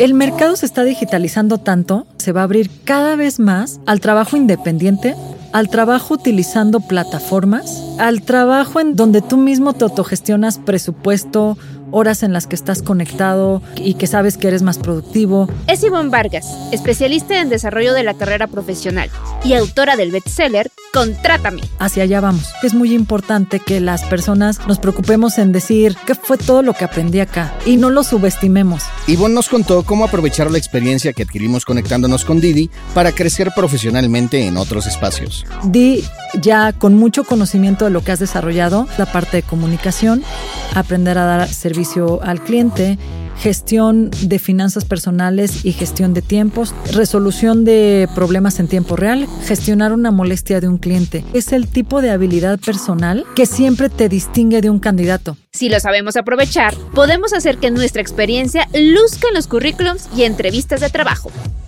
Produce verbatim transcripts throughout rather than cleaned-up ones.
El mercado se está digitalizando tanto, se va a abrir cada vez más al trabajo independiente, al trabajo utilizando plataformas, al trabajo en donde tú mismo te autogestionas presupuesto, horas en las que estás conectado y que sabes que eres más productivo. Es Ivonne Vargas, especialista en desarrollo de la carrera profesional y autora del bestseller Contrátame. Hacia allá vamos. Es muy importante que las personas nos preocupemos en decir qué fue todo lo que aprendí acá y no lo subestimemos. Ivonne nos contó cómo aprovechar la experiencia que adquirimos conectándonos con Didi para crecer profesionalmente en otros espacios. Di ya con mucho conocimiento de lo que has desarrollado, la parte de comunicación, aprender a dar servicio al cliente, gestión de finanzas personales y gestión de tiempos, resolución de problemas en tiempo real, gestionar una molestia de un cliente. Es el tipo de habilidad personal que siempre te distingue de un candidato. Si lo sabemos aprovechar, podemos hacer que nuestra experiencia luzca en los currículums y entrevistas de trabajo.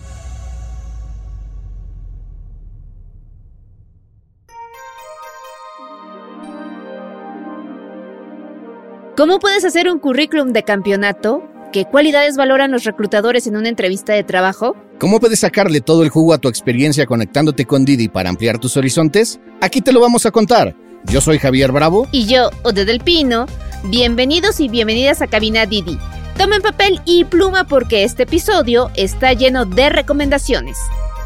¿Cómo puedes hacer un currículum de campeonato? ¿Qué cualidades valoran los reclutadores en una entrevista de trabajo? ¿Cómo puedes sacarle todo el jugo a tu experiencia conectándote con Didi para ampliar tus horizontes? Aquí te lo vamos a contar. Yo soy Javier Bravo. Y yo, Ode del Pino. Bienvenidos y bienvenidas a Cabina Didi. Tomen papel y pluma porque este episodio está lleno de recomendaciones.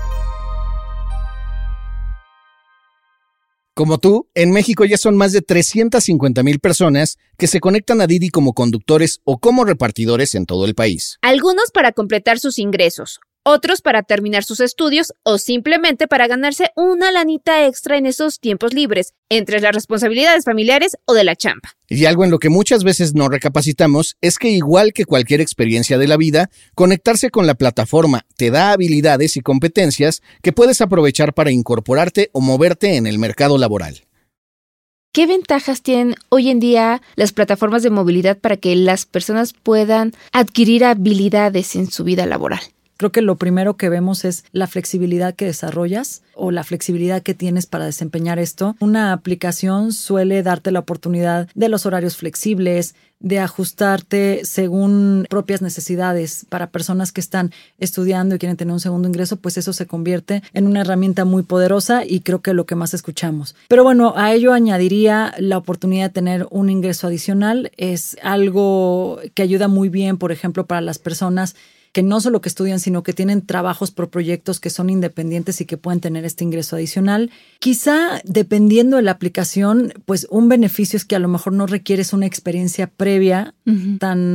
Como tú, en México ya son más de trescientas cincuenta mil personas que se conectan a Didi como conductores o como repartidores en todo el país. Algunos para completar sus ingresos, otros para terminar sus estudios o simplemente para ganarse una lanita extra en esos tiempos libres, entre las responsabilidades familiares o de la chamba. Y algo en lo que muchas veces no recapacitamos es que igual que cualquier experiencia de la vida, conectarse con la plataforma te da habilidades y competencias que puedes aprovechar para incorporarte o moverte en el mercado laboral. ¿Qué ventajas tienen hoy en día las plataformas de movilidad para que las personas puedan adquirir habilidades en su vida laboral? Creo que lo primero que vemos es la flexibilidad que desarrollas o la flexibilidad que tienes para desempeñar esto. Una aplicación suele darte la oportunidad de los horarios flexibles, de ajustarte según propias necesidades. Para personas que están estudiando y quieren tener un segundo ingreso, pues eso se convierte en una herramienta muy poderosa y creo que lo que más escuchamos. Pero bueno, a ello añadiría la oportunidad de tener un ingreso adicional. Es algo que ayuda muy bien, por ejemplo, para las personas que no solo que estudian, sino que tienen trabajos por proyectos que son independientes y que pueden tener este ingreso adicional. Quizá, dependiendo de la aplicación, pues un beneficio es que a lo mejor no requieres una experiencia previa uh-huh.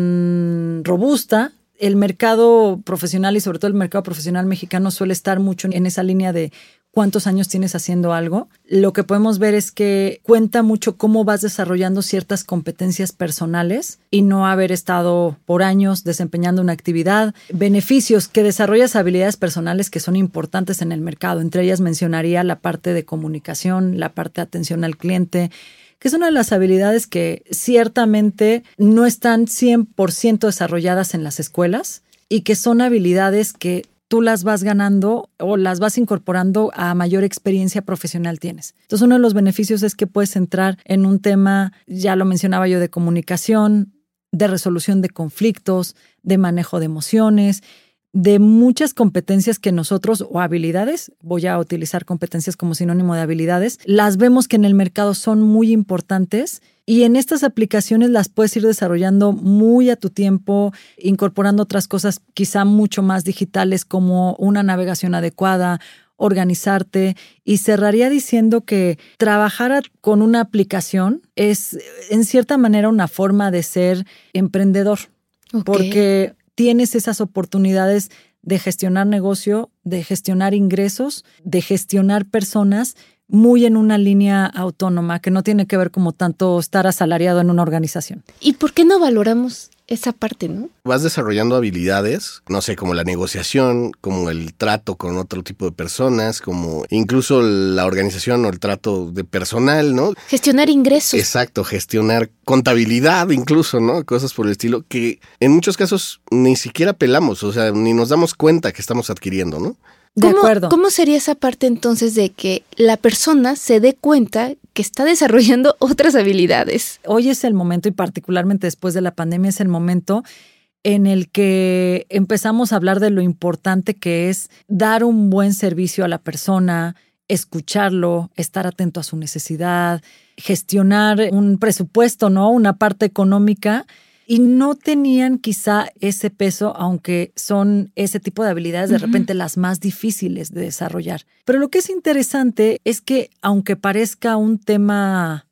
tan robusta. El mercado profesional y sobre todo el mercado profesional mexicano suele estar mucho en esa línea de cuántos años tienes haciendo algo. Lo que podemos ver es que cuenta mucho cómo vas desarrollando ciertas competencias personales y no haber estado por años desempeñando una actividad. Beneficios, que desarrollas habilidades personales que son importantes en el mercado. Entre ellas mencionaría la parte de comunicación, la parte de atención al cliente, que es una de las habilidades que ciertamente no están cien por ciento desarrolladas en las escuelas y que son habilidades que tú las vas ganando o las vas incorporando a mayor experiencia profesional tienes. Entonces, uno de los beneficios es que puedes entrar en un tema, ya lo mencionaba yo, de comunicación, de resolución de conflictos, de manejo de emociones, de muchas competencias que nosotros, o habilidades, voy a utilizar competencias como sinónimo de habilidades, las vemos que en el mercado son muy importantes y en estas aplicaciones las puedes ir desarrollando muy a tu tiempo, incorporando otras cosas quizá mucho más digitales como una navegación adecuada, organizarte, y cerraría diciendo que trabajar con una aplicación es en cierta manera una forma de ser emprendedor, okay. Porque tienes esas oportunidades de gestionar negocio, de gestionar ingresos, de gestionar personas muy en una línea autónoma que no tiene que ver como tanto estar asalariado en una organización. ¿Y por qué no valoramos esa parte, no? Vas desarrollando habilidades, no sé, como la negociación, como el trato con otro tipo de personas, como incluso la organización o el trato de personal, ¿no? Gestionar ingresos. Exacto, gestionar contabilidad incluso, ¿no? Cosas por el estilo que en muchos casos ni siquiera pelamos, o sea, ni nos damos cuenta que estamos adquiriendo, ¿no? De ¿Cómo, acuerdo. ¿Cómo sería esa parte entonces de que la persona se dé cuenta que está desarrollando otras habilidades? Hoy es el momento, y particularmente después de la pandemia, es el momento en el que empezamos a hablar de lo importante que es dar un buen servicio a la persona, escucharlo, estar atento a su necesidad, gestionar un presupuesto, ¿no? Una parte económica. Y no tenían quizá ese peso, aunque son ese tipo de habilidades de uh-huh. repente las más difíciles de desarrollar. Pero lo que es interesante es que aunque parezca un tema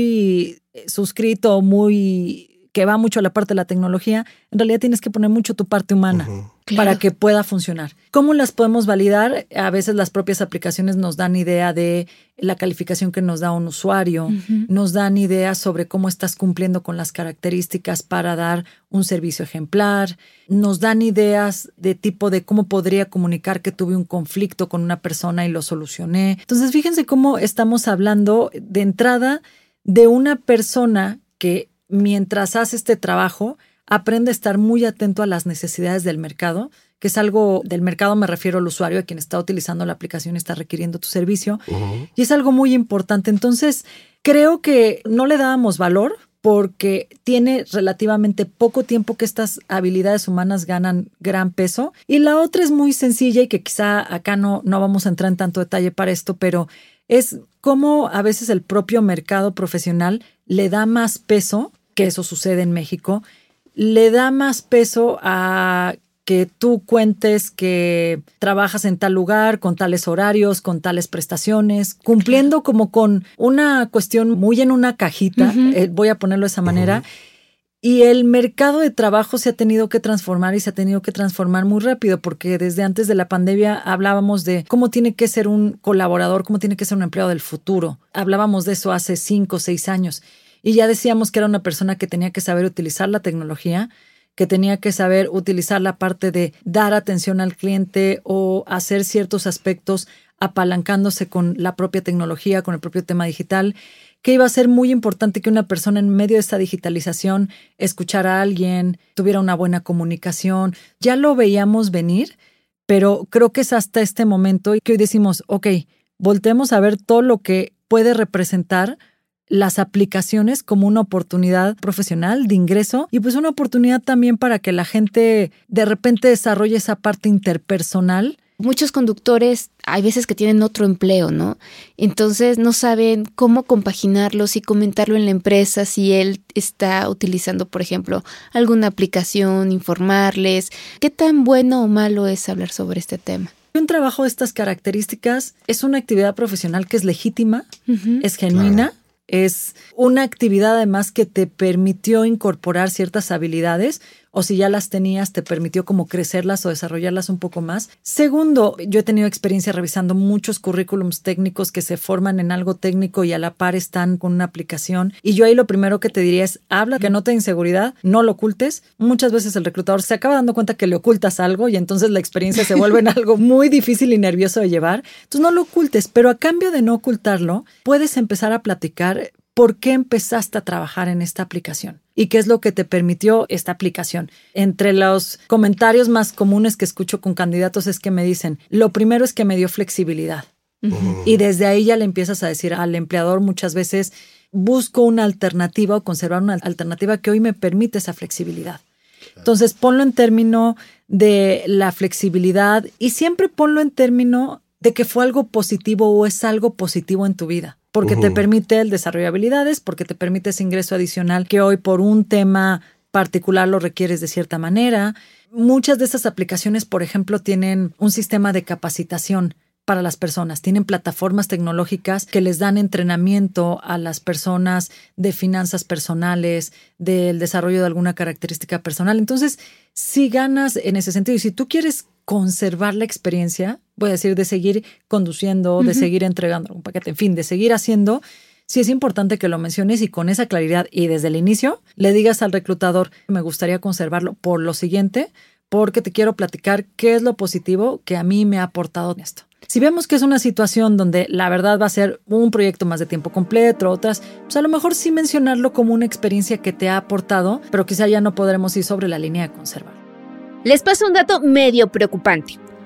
muy suscrito, muy que va mucho a la parte de la tecnología, en realidad tienes que poner mucho tu parte humana uh-huh. claro. para que pueda funcionar. ¿Cómo las podemos validar? A veces las propias aplicaciones nos dan idea de la calificación que nos da un usuario, uh-huh. nos dan ideas sobre cómo estás cumpliendo con las características para dar un servicio ejemplar, nos dan ideas de tipo de cómo podría comunicar que tuve un conflicto con una persona y lo solucioné. Entonces, fíjense cómo estamos hablando de entrada de una persona que mientras hace este trabajo, aprende a estar muy atento a las necesidades del mercado, que es algo del mercado, me refiero al usuario, a quien está utilizando la aplicación y está requiriendo tu servicio, uh-huh. y es algo muy importante. Entonces, creo que no le dábamos valor porque tiene relativamente poco tiempo que estas habilidades humanas ganan gran peso. Y la otra es muy sencilla y que quizá acá no, no vamos a entrar en tanto detalle para esto, pero es cómo a veces el propio mercado profesional le da más peso, que eso sucede en México, le da más peso a que tú cuentes que trabajas en tal lugar, con tales horarios, con tales prestaciones, cumpliendo como con una cuestión muy en una cajita, uh-huh. eh, voy a ponerlo de esa manera, uh-huh. y el mercado de trabajo se ha tenido que transformar y se ha tenido que transformar muy rápido, porque desde antes de la pandemia hablábamos de cómo tiene que ser un colaborador, cómo tiene que ser un empleado del futuro. Hablábamos de eso hace cinco o seis años. Y ya decíamos que era una persona que tenía que saber utilizar la tecnología, que tenía que saber utilizar la parte de dar atención al cliente o hacer ciertos aspectos apalancándose con la propia tecnología, con el propio tema digital, que iba a ser muy importante que una persona en medio de esta digitalización escuchara a alguien, tuviera una buena comunicación. Ya lo veíamos venir, pero creo que es hasta este momento que hoy decimos, ok, volteemos a ver todo lo que puede representar las aplicaciones como una oportunidad profesional de ingreso y pues una oportunidad también para que la gente de repente desarrolle esa parte interpersonal. Muchos conductores hay veces que tienen otro empleo, ¿no? Entonces no saben cómo compaginarlo, si comentarlo en la empresa, si él está utilizando, por ejemplo, alguna aplicación, informarles. ¿Qué tan bueno o malo es hablar sobre este tema? Un trabajo de estas características es una actividad profesional que es legítima, uh-huh. es genuina. Claro. Es una actividad además que te permitió incorporar ciertas habilidades o si ya las tenías te permitió como crecerlas o desarrollarlas un poco más. Segundo, yo he tenido experiencia revisando muchos currículums técnicos que se forman en algo técnico y a la par están con una aplicación y yo ahí lo primero que te diría es habla, que no te dé inseguridad, no lo ocultes. Muchas veces el reclutador se acaba dando cuenta que le ocultas algo y entonces la experiencia se vuelve en algo muy difícil y nervioso de llevar. Entonces no lo ocultes, pero a cambio de no ocultarlo, puedes empezar a platicar por qué empezaste a trabajar en esta aplicación. ¿Y qué es lo que te permitió esta aplicación? Entre los comentarios más comunes que escucho con candidatos es que me dicen, lo primero es que me dio flexibilidad. Uh-huh. Y desde ahí ya le empiezas a decir al empleador muchas veces, busco una alternativa o conservar una alternativa que hoy me permite esa flexibilidad. Entonces ponlo en término de la flexibilidad y siempre ponlo en término de que fue algo positivo o es algo positivo en tu vida. Porque uh-huh. te permite el desarrollo de habilidades, porque te permite ese ingreso adicional que hoy por un tema particular lo requieres de cierta manera. Muchas de estas aplicaciones, por ejemplo, tienen un sistema de capacitación para las personas. Tienen plataformas tecnológicas que les dan entrenamiento a las personas de finanzas personales, del desarrollo de alguna característica personal. Entonces, si ganas en ese sentido y si tú quieres conservar la experiencia, voy a decir, de seguir conduciendo, uh-huh. de seguir entregando un paquete, en fin, de seguir haciendo, sí es importante que lo menciones y con esa claridad y desde el inicio le digas al reclutador, me gustaría conservarlo por lo siguiente, porque te quiero platicar qué es lo positivo que a mí me ha aportado en esto. Si vemos que es una situación donde la verdad va a ser un proyecto más de tiempo completo, otras, pues a lo mejor sí mencionarlo como una experiencia que te ha aportado, pero quizá ya no podremos ir sobre la línea de conservar. Les paso un dato medio preocupante.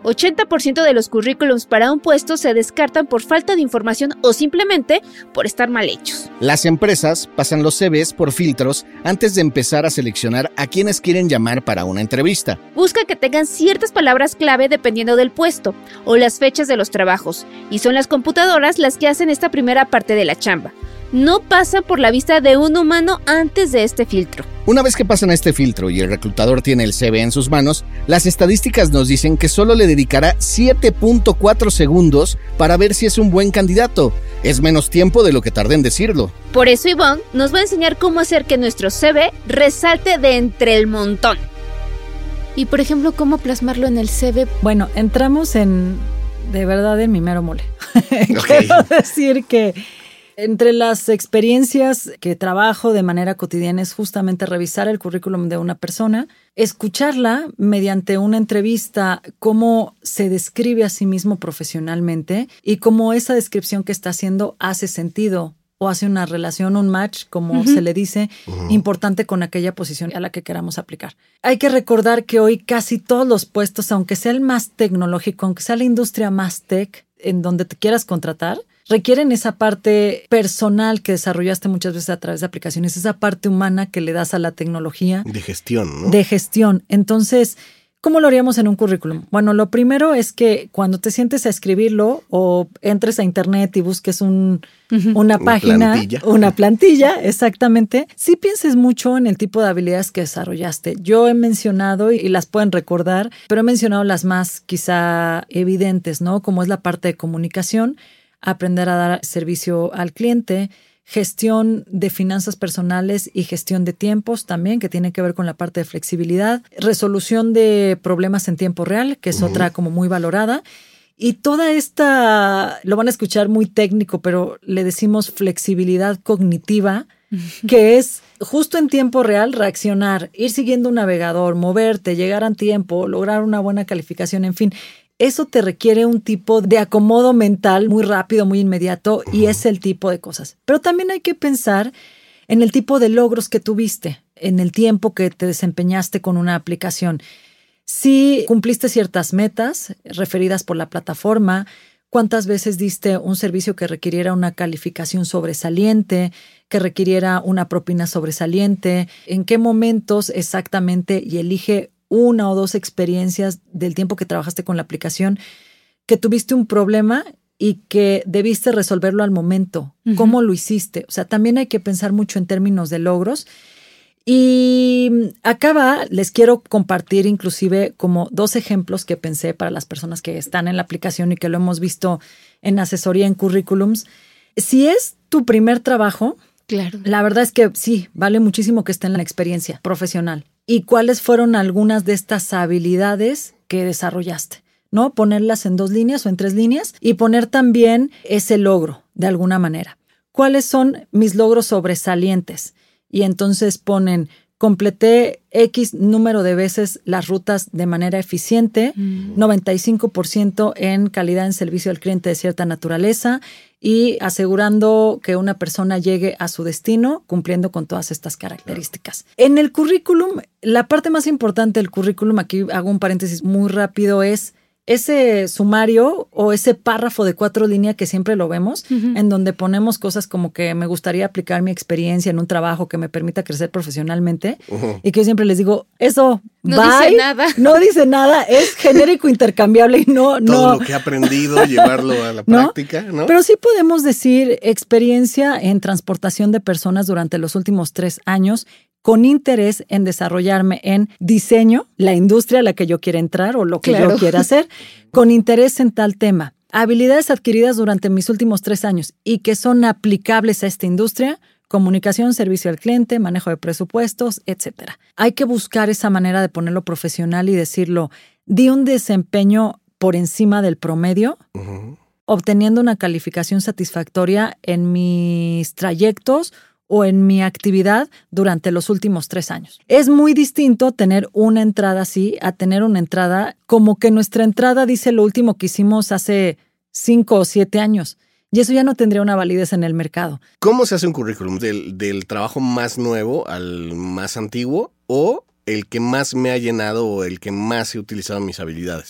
ochenta por ciento de los currículums para un puesto se descartan por falta de información o simplemente por estar mal hechos. Las empresas pasan los C Vs por filtros antes de empezar a seleccionar a quienes quieren llamar para una entrevista. Busca que tengan ciertas palabras clave dependiendo del puesto o las fechas de los trabajos, y son las computadoras las que hacen esta primera parte de la chamba. No pasan por la vista de un humano antes de este filtro. Una vez que pasan a este filtro y el reclutador tiene el C V en sus manos, las estadísticas nos dicen que solo le dedicará siete punto cuatro segundos para ver si es un buen candidato. Es menos tiempo de lo que tardé en decirlo. Por eso Ivonne nos va a enseñar cómo hacer que nuestro C V resalte de entre el montón. Y por ejemplo, ¿cómo plasmarlo en el C V? Bueno, entramos en, de verdad, en mi mero mole. Okay. Quiero decir que entre las experiencias que trabajo de manera cotidiana es justamente revisar el currículum de una persona, escucharla mediante una entrevista, cómo se describe a sí mismo profesionalmente y cómo esa descripción que está haciendo hace sentido o hace una relación, un match, como uh-huh. se le dice, uh-huh. importante con aquella posición a la que queramos aplicar. Hay que recordar que hoy casi todos los puestos, aunque sea el más tecnológico, aunque sea la industria más tech, en donde te quieras contratar, requieren esa parte personal que desarrollaste muchas veces a través de aplicaciones, esa parte humana que le das a la tecnología. De gestión, ¿no? De gestión. Entonces, ¿cómo lo haríamos en un currículum? Bueno, lo primero es que cuando te sientes a escribirlo o entres a internet y busques un, uh-huh. una, una página, plantilla. una plantilla, exactamente, sí pienses mucho en el tipo de habilidades que desarrollaste. Yo he mencionado, y las pueden recordar, pero he mencionado las más quizá evidentes, ¿no? Como es la parte de comunicación, aprender a dar servicio al cliente, gestión de finanzas personales y gestión de tiempos también, que tiene que ver con la parte de flexibilidad, resolución de problemas en tiempo real, que es uh-huh. otra como muy valorada, y toda esta, lo van a escuchar muy técnico, pero le decimos flexibilidad cognitiva, uh-huh. que es justo en tiempo real reaccionar, ir siguiendo un navegador, moverte, llegar a tiempo, lograr una buena calificación, en fin. Eso te requiere un tipo de acomodo mental muy rápido, muy inmediato, y es el tipo de cosas. Pero también hay que pensar en el tipo de logros que tuviste, en el tiempo que te desempeñaste con una aplicación. Si cumpliste ciertas metas referidas por la plataforma, cuántas veces diste un servicio que requiriera una calificación sobresaliente, que requiriera una propina sobresaliente, en qué momentos exactamente, y elige una o dos experiencias del tiempo que trabajaste con la aplicación, que tuviste un problema y que debiste resolverlo al momento. Uh-huh. ¿Cómo lo hiciste? O sea, también hay que pensar mucho en términos de logros. Y acá va, les quiero compartir inclusive como dos ejemplos que pensé para las personas que están en la aplicación y que lo hemos visto en asesoría en currículums. Si es tu primer trabajo, claro, la verdad es que sí, vale muchísimo que esté en la experiencia profesional. ¿Y cuáles fueron algunas de estas habilidades que desarrollaste? ¿No? Ponerlas en dos líneas o en tres líneas y poner también ese logro de alguna manera. ¿Cuáles son mis logros sobresalientes? Y entonces ponen, completé X número de veces las rutas de manera eficiente, mm. noventa y cinco por ciento en calidad en servicio al cliente de cierta naturaleza y asegurando que una persona llegue a su destino cumpliendo con todas estas características. Claro. En el currículum, la parte más importante del currículum, aquí hago un paréntesis muy rápido, es ese sumario o ese párrafo de cuatro líneas que siempre lo vemos, uh-huh. en donde ponemos cosas como que me gustaría aplicar mi experiencia en un trabajo que me permita crecer profesionalmente, uh-huh. y que yo siempre les digo, eso no bye, dice nada. No dice nada, es genérico, intercambiable y no... Todo no, lo que he aprendido, llevarlo a la ¿no? práctica, ¿no? Pero sí podemos decir experiencia en transportación de personas durante los últimos tres años, con interés en desarrollarme en diseño, la industria a la que yo quiera entrar o lo que claro. yo quiera hacer, con interés en tal tema. Habilidades adquiridas durante mis últimos tres años y que son aplicables a esta industria, comunicación, servicio al cliente, manejo de presupuestos, etcétera. Hay que buscar esa manera de ponerlo profesional y decirlo, di un desempeño por encima del promedio, uh-huh. obteniendo una calificación satisfactoria en mis trayectos o en mi actividad durante los últimos tres años. Es muy distinto tener una entrada así a tener una entrada como que nuestra entrada dice lo último que hicimos hace cinco o siete años. Y eso ya no tendría una validez en el mercado. ¿Cómo se hace un currículum? ¿Del, del trabajo más nuevo al más antiguo o el que más me ha llenado o el que más he utilizado mis habilidades?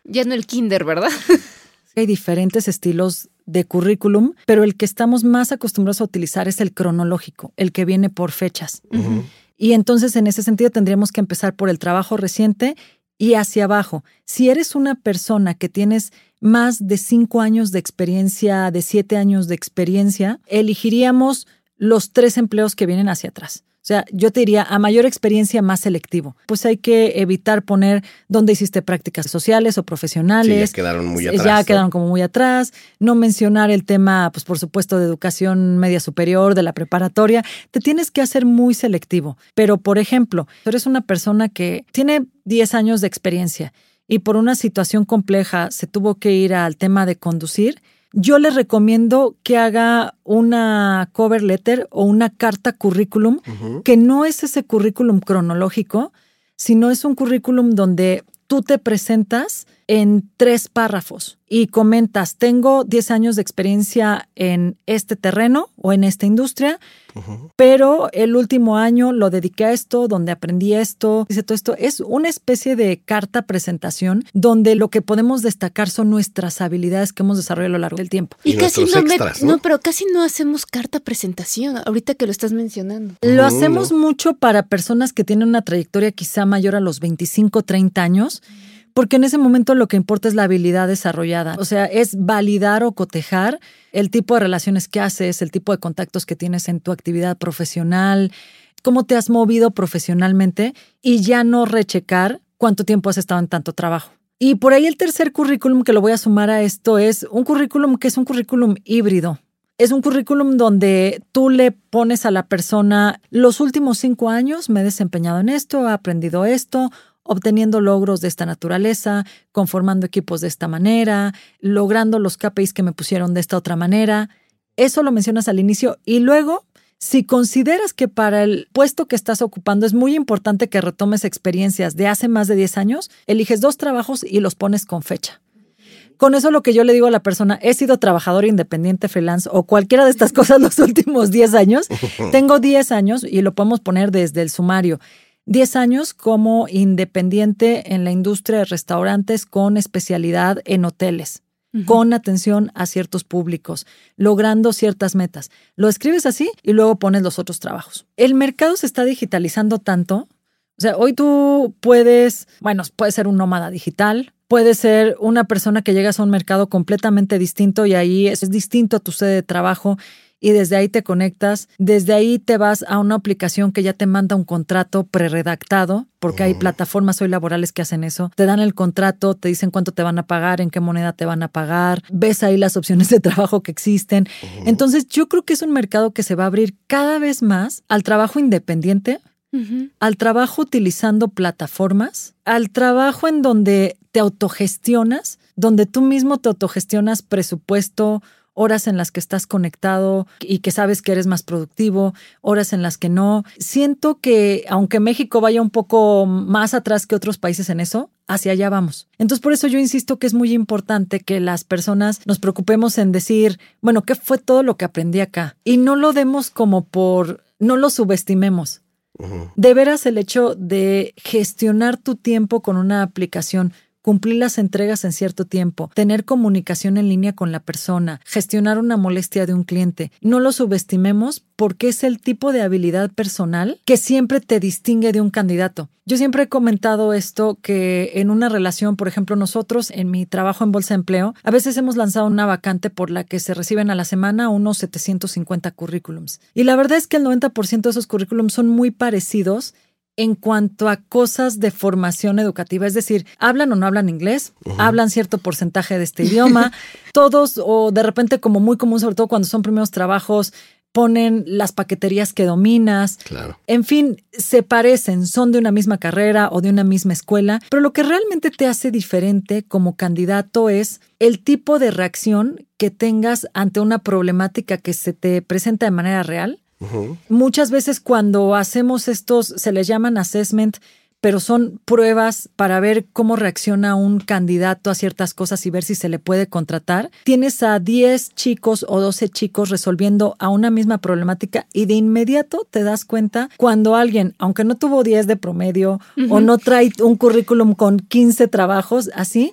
Ya no el kinder, ¿verdad? Hay diferentes estilos de currículum, pero el que estamos más acostumbrados a utilizar es el cronológico, el que viene por fechas. Uh-huh. Y entonces en ese sentido tendríamos que empezar por el trabajo reciente y hacia abajo. Si eres una persona que tienes más de cinco años de experiencia, de siete años de experiencia, elegiríamos los tres empleos que vienen hacia atrás. O sea, yo te diría, a mayor experiencia, más selectivo. Pues hay que evitar poner dónde hiciste prácticas sociales o profesionales. Sí, ya quedaron muy atrás. Ya ¿no? quedaron como muy atrás. No mencionar el tema, pues por supuesto, de educación media superior, de la preparatoria. Te tienes que hacer muy selectivo. Pero, por ejemplo, tú eres una persona que tiene diez años de experiencia y por una situación compleja se tuvo que ir al tema de conducir. Yo le recomiendo que haga una cover letter o una carta currículum, uh-huh. que no es ese currículum cronológico, sino es un currículum donde tú te presentas en tres párrafos y comentas, tengo diez años de experiencia en este terreno o en esta industria, uh-huh. pero el último año lo dediqué a esto, donde aprendí esto, dice todo esto. Es una especie de carta presentación donde lo que podemos destacar son nuestras habilidades que hemos desarrollado a lo largo del tiempo. Y, y casi no, extras, me, ¿no? no, pero casi no hacemos carta presentación, ahorita que lo estás mencionando. Lo uh, hacemos no. mucho para personas que tienen una trayectoria quizá mayor a los veinticinco, treinta años, porque en ese momento lo que importa es la habilidad desarrollada. O sea, es validar o cotejar el tipo de relaciones que haces, el tipo de contactos que tienes en tu actividad profesional, cómo te has movido profesionalmente y ya no rechecar cuánto tiempo has estado en tanto trabajo. Y por ahí el tercer currículum que lo voy a sumar a esto es un currículum que es un currículum híbrido. Es un currículum donde tú le pones a la persona los últimos cinco años, me he desempeñado en esto, he aprendido esto, obteniendo logros de esta naturaleza, conformando equipos de esta manera, logrando los K P Is que me pusieron de esta otra manera. Eso lo mencionas al inicio. Y luego, si consideras que para el puesto que estás ocupando es muy importante que retomes experiencias de hace más de diez años, eliges dos trabajos y los pones con fecha. Con eso lo que yo le digo a la persona, he sido trabajador independiente, freelance o cualquiera de estas cosas los últimos diez años. Tengo diez años y lo podemos poner desde el sumario. diez años como independiente en la industria de restaurantes con especialidad en hoteles, uh-huh. con atención a ciertos públicos, logrando ciertas metas. Lo escribes así y luego pones los otros trabajos. El mercado se está digitalizando tanto. O sea, hoy tú puedes, bueno, puedes ser un nómada digital, puedes ser una persona que llegas a un mercado completamente distinto y ahí es, es distinto a tu sede de trabajo. Y desde ahí te conectas, desde ahí te vas a una aplicación que ya te manda un contrato preredactado, porque uh-huh. hay plataformas hoy laborales que hacen eso. Te dan el contrato, te dicen cuánto te van a pagar, en qué moneda te van a pagar, ves ahí las opciones de trabajo que existen. Uh-huh. Entonces yo creo que es un mercado que se va a abrir cada vez más al trabajo independiente, uh-huh. al trabajo utilizando plataformas, al trabajo en donde te autogestionas, donde tú mismo te autogestionas presupuesto, horas en las que estás conectado y que sabes que eres más productivo, horas en las que no. Siento que aunque México vaya un poco más atrás que otros países en eso, hacia allá vamos. Entonces, por eso yo insisto que es muy importante que las personas nos preocupemos en decir, bueno, ¿qué fue todo lo que aprendí acá? Y no lo demos como por, no lo subestimemos. Uh-huh. De veras el hecho de gestionar tu tiempo con una aplicación, cumplir las entregas en cierto tiempo, tener comunicación en línea con la persona, gestionar una molestia de un cliente. No lo subestimemos porque es el tipo de habilidad personal que siempre te distingue de un candidato. Yo siempre he comentado esto, que en una relación, por ejemplo, nosotros en mi trabajo en Bolsa de Empleo, a veces hemos lanzado una vacante por la que se reciben a la semana unos setecientos cincuenta currículums. Y la verdad es que el noventa por ciento de esos currículums son muy parecidos en cuanto a cosas de formación educativa, es decir, hablan o no hablan inglés, uh-huh. hablan cierto porcentaje de este idioma, todos o de repente como muy común, sobre todo cuando son primeros trabajos, ponen las paqueterías que dominas. Claro. En fin, se parecen, son de una misma carrera o de una misma escuela, pero lo que realmente te hace diferente como candidato es el tipo de reacción que tengas ante una problemática que se te presenta de manera real. Uh-huh. Muchas veces cuando hacemos estos, se les llaman assessment, pero son pruebas para ver cómo reacciona un candidato a ciertas cosas y ver si se le puede contratar. Tienes a diez chicos o doce chicos resolviendo a una misma problemática y de inmediato te das cuenta cuando alguien, aunque no tuvo diez de promedio uh-huh. o no trae un currículum con quince trabajos así,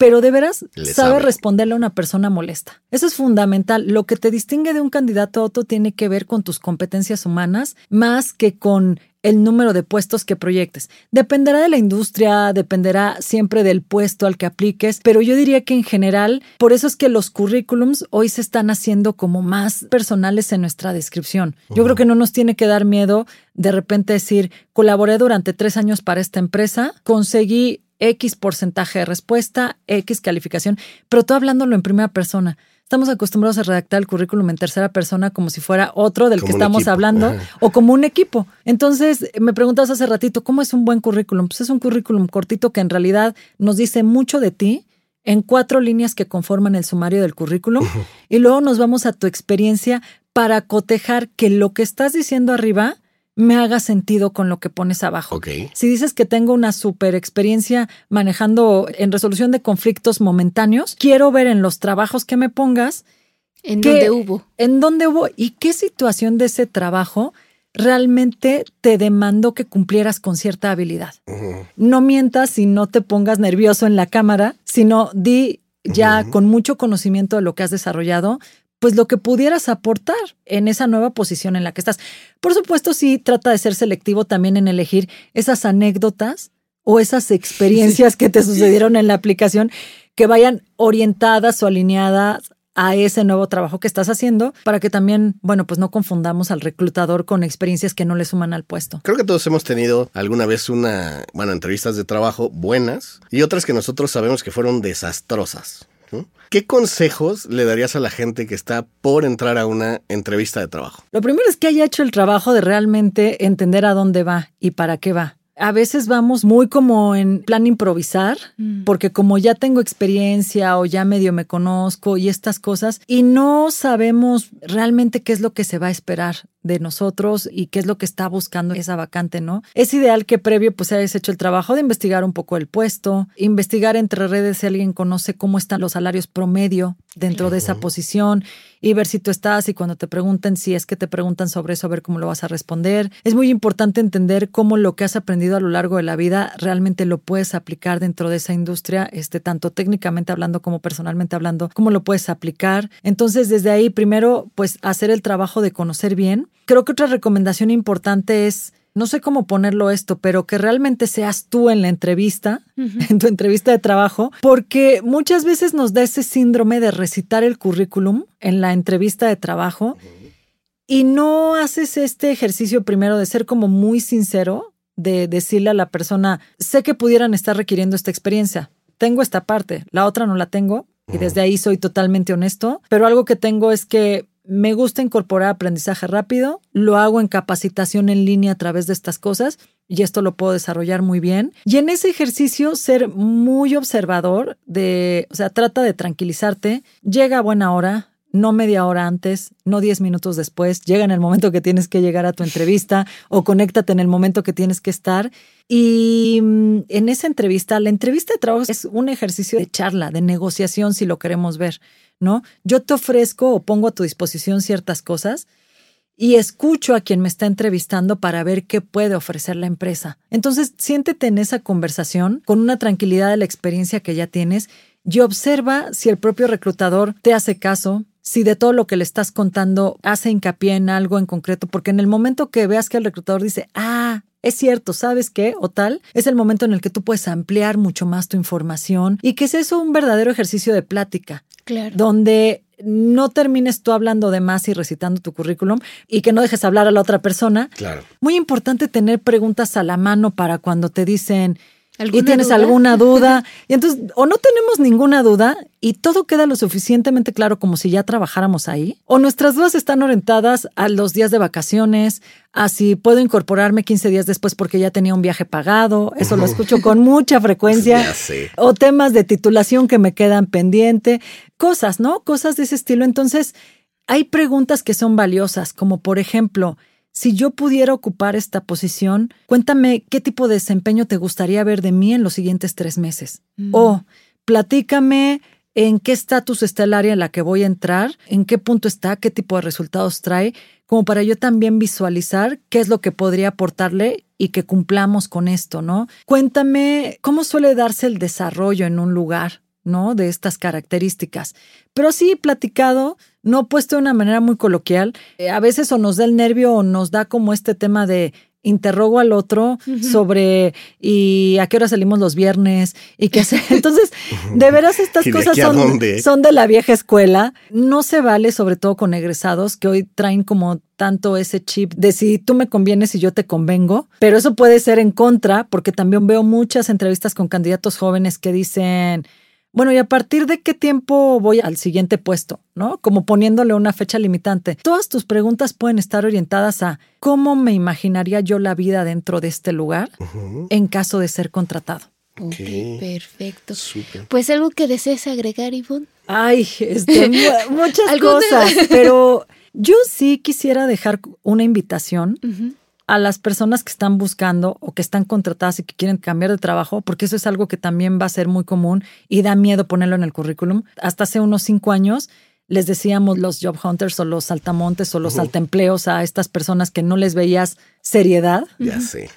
pero de veras Le sabe, sabe responderle a una persona molesta. Eso es fundamental. Lo que te distingue de un candidato a otro tiene que ver con tus competencias humanas más que con el número de puestos que proyectes. Dependerá de la industria, dependerá siempre del puesto al que apliques, pero yo diría que en general, por eso es que los currículums hoy se están haciendo como más personales en nuestra descripción. Yo uh-huh. creo que no nos tiene que dar miedo de repente decir, colaboré durante tres años para esta empresa, conseguí X porcentaje de respuesta, X calificación, pero todo hablándolo en primera persona. Estamos acostumbrados a redactar el currículum en tercera persona como si fuera otro del como que estamos equipo. hablando Ajá. o como un equipo. Entonces, me preguntas hace ratito, ¿cómo es un buen currículum? Pues es un currículum cortito que en realidad nos dice mucho de ti en cuatro líneas que conforman el sumario del currículum uh-huh. y luego nos vamos a tu experiencia para cotejar que lo que estás diciendo arriba me haga sentido con lo que pones abajo. Okay. Si dices que tengo una super experiencia manejando en resolución de conflictos momentáneos, quiero ver en los trabajos que me pongas en dónde hubo. En dónde hubo y qué situación de ese trabajo realmente te demandó que cumplieras con cierta habilidad. Uh-huh. No mientas y no te pongas nervioso en la cámara, sino di ya uh-huh. con mucho conocimiento de lo que has desarrollado, pues lo que pudieras aportar en esa nueva posición en la que estás. Por supuesto, sí trata de ser selectivo también en elegir esas anécdotas o esas experiencias que te sucedieron en la aplicación que vayan orientadas o alineadas a ese nuevo trabajo que estás haciendo para que también, bueno, pues no confundamos al reclutador con experiencias que no le suman al puesto. Creo que todos hemos tenido alguna vez una, bueno, entrevistas de trabajo buenas y otras que nosotros sabemos que fueron desastrosas. ¿Qué consejos le darías a la gente que está por entrar a una entrevista de trabajo? Lo primero es que haya hecho el trabajo de realmente entender a dónde va y para qué va. A veces vamos muy como en plan improvisar, mm. porque como ya tengo experiencia o ya medio me conozco y estas cosas, y no sabemos realmente qué es lo que se va a esperar de nosotros y qué es lo que está buscando esa vacante, ¿no? Es ideal que previo pues hayas hecho el trabajo de investigar un poco el puesto, investigar entre redes si alguien conoce cómo están los salarios promedio dentro uh-huh. de esa posición y ver si tú estás y cuando te pregunten, si es que te preguntan sobre eso, a ver cómo lo vas a responder. Es muy importante entender cómo lo que has aprendido a lo largo de la vida realmente lo puedes aplicar dentro de esa industria, este, tanto técnicamente hablando como personalmente hablando, cómo lo puedes aplicar. Entonces, desde ahí, primero, pues hacer el trabajo de conocer bien. Creo que otra recomendación importante es, no sé cómo ponerlo esto, pero que realmente seas tú en la entrevista, uh-huh. en tu entrevista de trabajo, porque muchas veces nos da ese síndrome de recitar el currículum en la entrevista de trabajo uh-huh. y no haces este ejercicio primero de ser como muy sincero, de decirle a la persona, sé que pudieran estar requiriendo esta experiencia, tengo esta parte, la otra no la tengo uh-huh. y desde ahí soy totalmente honesto, pero algo que tengo es que me gusta incorporar aprendizaje rápido, lo hago en capacitación en línea a través de estas cosas y esto lo puedo desarrollar muy bien. Y en ese ejercicio ser muy observador, de, o sea, trata de tranquilizarte, llega a buena hora, no media hora antes, no diez minutos después, llega en el momento que tienes que llegar a tu entrevista o conéctate en el momento que tienes que estar. Y en esa entrevista, la entrevista de trabajo es un ejercicio de charla, de negociación si lo queremos ver, ¿no? Yo te ofrezco o pongo a tu disposición ciertas cosas y escucho a quien me está entrevistando para ver qué puede ofrecer la empresa. Entonces, siéntete en esa conversación con una tranquilidad de la experiencia que ya tienes y observa si el propio reclutador te hace caso, si de todo lo que le estás contando hace hincapié en algo en concreto, porque en el momento que veas que el reclutador dice, ah, es cierto, ¿sabes qué? O tal, es el momento en el que tú puedes ampliar mucho más tu información y que es eso un verdadero ejercicio de plática. Claro. Donde no termines tú hablando de más y recitando tu currículum y que no dejes hablar a la otra persona. Claro. Muy importante tener preguntas a la mano para cuando te dicen, ¿y tienes duda? alguna duda? Y entonces, o no tenemos ninguna duda y todo queda lo suficientemente claro como si ya trabajáramos ahí, o nuestras dudas están orientadas a los días de vacaciones, a si puedo incorporarme quince días después porque ya tenía un viaje pagado, eso lo escucho con mucha frecuencia, Ya sé. o temas de titulación que me quedan pendiente, cosas, ¿no? Cosas de ese estilo. Entonces, hay preguntas que son valiosas, como por ejemplo, si yo pudiera ocupar esta posición, cuéntame qué tipo de desempeño te gustaría ver de mí en los siguientes tres meses. Mm. O platícame en qué estatus está el área en la que voy a entrar, en qué punto está, qué tipo de resultados trae, como para yo también visualizar qué es lo que podría aportarle y que cumplamos con esto, ¿no? Cuéntame cómo suele darse el desarrollo en un lugar. ¿no? De estas características. Pero sí platicado, no puesto de una manera muy coloquial. Eh, a veces o nos da el nervio o nos da como este tema de interrogo al otro uh-huh. sobre y a qué hora salimos los viernes y qué hacer. Entonces, de veras estas cosas son, son de la vieja escuela. No se vale, sobre todo con egresados que hoy traen como tanto ese chip de si tú me convienes y yo te convengo, pero eso puede ser en contra, porque también veo muchas entrevistas con candidatos jóvenes que dicen, bueno, ¿y a partir de qué tiempo voy al siguiente puesto? ¿No? Como poniéndole una fecha limitante. Todas tus preguntas pueden estar orientadas a cómo me imaginaría yo la vida dentro de este lugar uh-huh. en caso de ser contratado. Ok, okay, perfecto. Super. Pues algo que desees agregar, Ivonne. Ay, este, muchas cosas, pero yo sí quisiera dejar una invitación uh-huh. a las personas que están buscando o que están contratadas y que quieren cambiar de trabajo, porque eso es algo que también va a ser muy común y da miedo ponerlo en el currículum. Hasta hace unos cinco años les decíamos los job hunters o los saltamontes o los uh-huh. saltaempleos a estas personas que no les veías seriedad. Ya uh-huh. sé.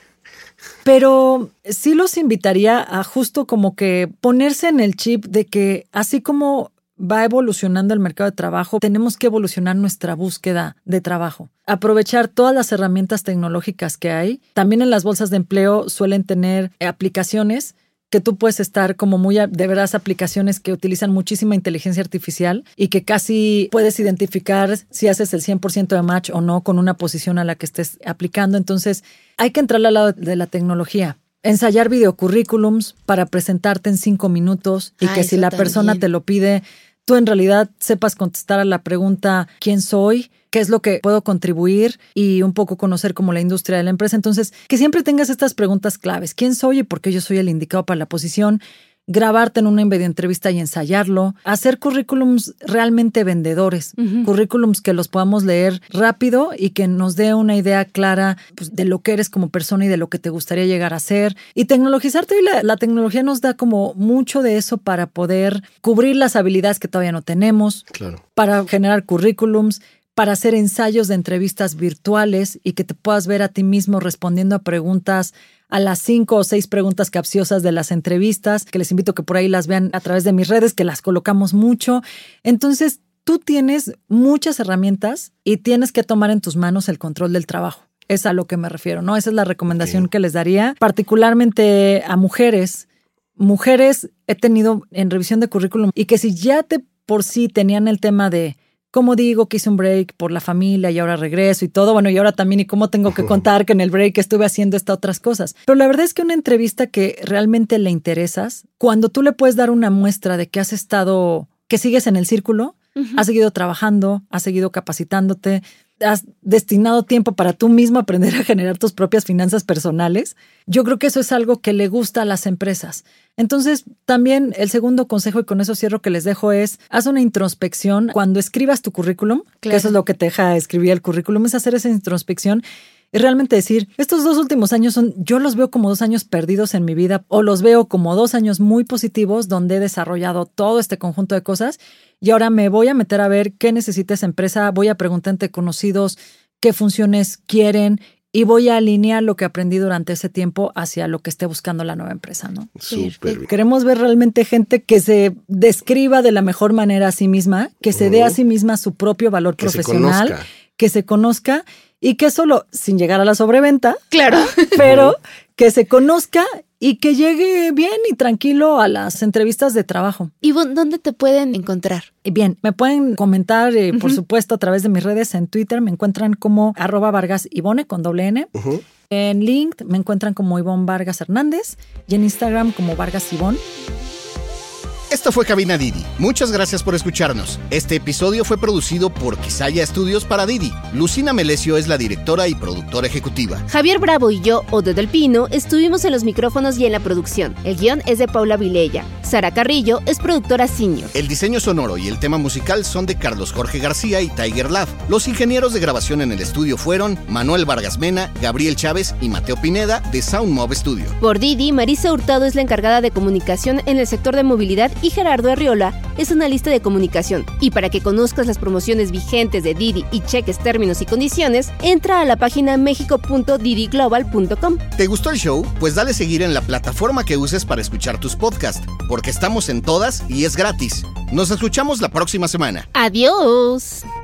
Pero sí los invitaría a justo como que ponerse en el chip de que así como va evolucionando el mercado de trabajo, tenemos que evolucionar nuestra búsqueda de trabajo. Aprovechar todas las herramientas tecnológicas que hay. También en las bolsas de empleo suelen tener aplicaciones que tú puedes estar como muy, de veras, aplicaciones que utilizan muchísima inteligencia artificial y que casi puedes identificar si haces el cien por ciento de match o no con una posición a la que estés aplicando. Entonces, hay que entrar al lado de la tecnología. Ensayar videocurrículums para presentarte en cinco minutos y ah, que si la también. persona te lo pide, tú en realidad sepas contestar a la pregunta ¿quién soy? ¿Qué es lo que puedo contribuir? Y un poco conocer como la industria de la empresa. Entonces, que siempre tengas estas preguntas claves. ¿Quién soy y por qué yo soy el indicado para la posición? Grabarte en una videoentrevista y ensayarlo. Hacer currículums realmente vendedores. Uh-huh. Currículums que los podamos leer rápido y que nos dé una idea clara pues, de lo que eres como persona y de lo que te gustaría llegar a ser. Y tecnologizarte. Y la, la tecnología nos da como mucho de eso para poder cubrir las habilidades que todavía no tenemos. Claro. Para generar currículums, para hacer ensayos de entrevistas virtuales y que te puedas ver a ti mismo respondiendo a preguntas, a las cinco o seis preguntas capciosas de las entrevistas, que les invito a que por ahí las vean a través de mis redes, que las colocamos mucho. Entonces, tú tienes muchas herramientas y tienes que tomar en tus manos el control del trabajo. Es a lo que me refiero, ¿no? Esa es la recomendación sí. que les daría, particularmente a mujeres. Mujeres he tenido en revisión de currículum y que si ya de por sí tenían el tema de cómo digo que hice un break por la familia y ahora regreso y todo, bueno, y ahora también y cómo tengo que contar que en el break estuve haciendo estas otras cosas. Pero la verdad es que una entrevista que realmente le interesas, cuando tú le puedes dar una muestra de que has estado, que sigues en el círculo, uh-huh. has seguido trabajando, has seguido capacitándote, has destinado tiempo para tú mismo aprender a generar tus propias finanzas personales, yo creo que eso es algo que le gusta a las empresas. Entonces, también el segundo consejo, y con eso cierro, que les dejo es, haz una introspección cuando escribas tu currículum, claro. que eso es lo que te deja escribir el currículum, es hacer esa introspección y realmente decir, estos dos últimos años son, yo los veo como dos años perdidos en mi vida o los veo como dos años muy positivos donde he desarrollado todo este conjunto de cosas y ahora me voy a meter a ver qué necesita esa empresa, voy a preguntar entre conocidos qué funciones quieren y voy a alinear lo que aprendí durante ese tiempo hacia lo que esté buscando la nueva empresa, ¿no? Súper bien. Queremos ver realmente gente que se describa de la mejor manera a sí misma, que se uh-huh. dé a sí misma su propio valor que profesional, se que se conozca y que solo, sin llegar a la sobreventa, claro, pero que se conozca y que llegue bien y tranquilo a las entrevistas de trabajo. ¿Y dónde te pueden encontrar? Bien, me pueden comentar, eh, uh-huh. por supuesto, a través de mis redes. En Twitter me encuentran como arroba Vargas Ivone con doble N. Uh-huh. En LinkedIn me encuentran como Ivonne Vargas Hernández y en Instagram como Vargas Ivonne. Esto fue Cabina Didi. Muchas gracias por escucharnos. Este episodio fue producido por Quisaya Estudios para Didi. Lucina Melesio es la directora y productora ejecutiva. Javier Bravo y yo, Odo del Pino, estuvimos en los micrófonos y en la producción. El guión es de Paula Vilella. Sara Carrillo es productora senior. El diseño sonoro y el tema musical son de Carlos Jorge García y Tiger Love. Los ingenieros de grabación en el estudio fueron Manuel Vargas Mena, Gabriel Chávez y Mateo Pineda de Soundmob Studio. Por Didi, Marisa Hurtado es la encargada de comunicación en el sector de movilidad y Gerardo Arriola es una lista de comunicación. Y para que conozcas las promociones vigentes de Didi y cheques términos y condiciones, entra a la página mexico punto didi global punto com. ¿Te gustó el show? Pues dale seguir en la plataforma que uses para escuchar tus podcasts, porque estamos en todas y es gratis. Nos escuchamos la próxima semana. ¡Adiós!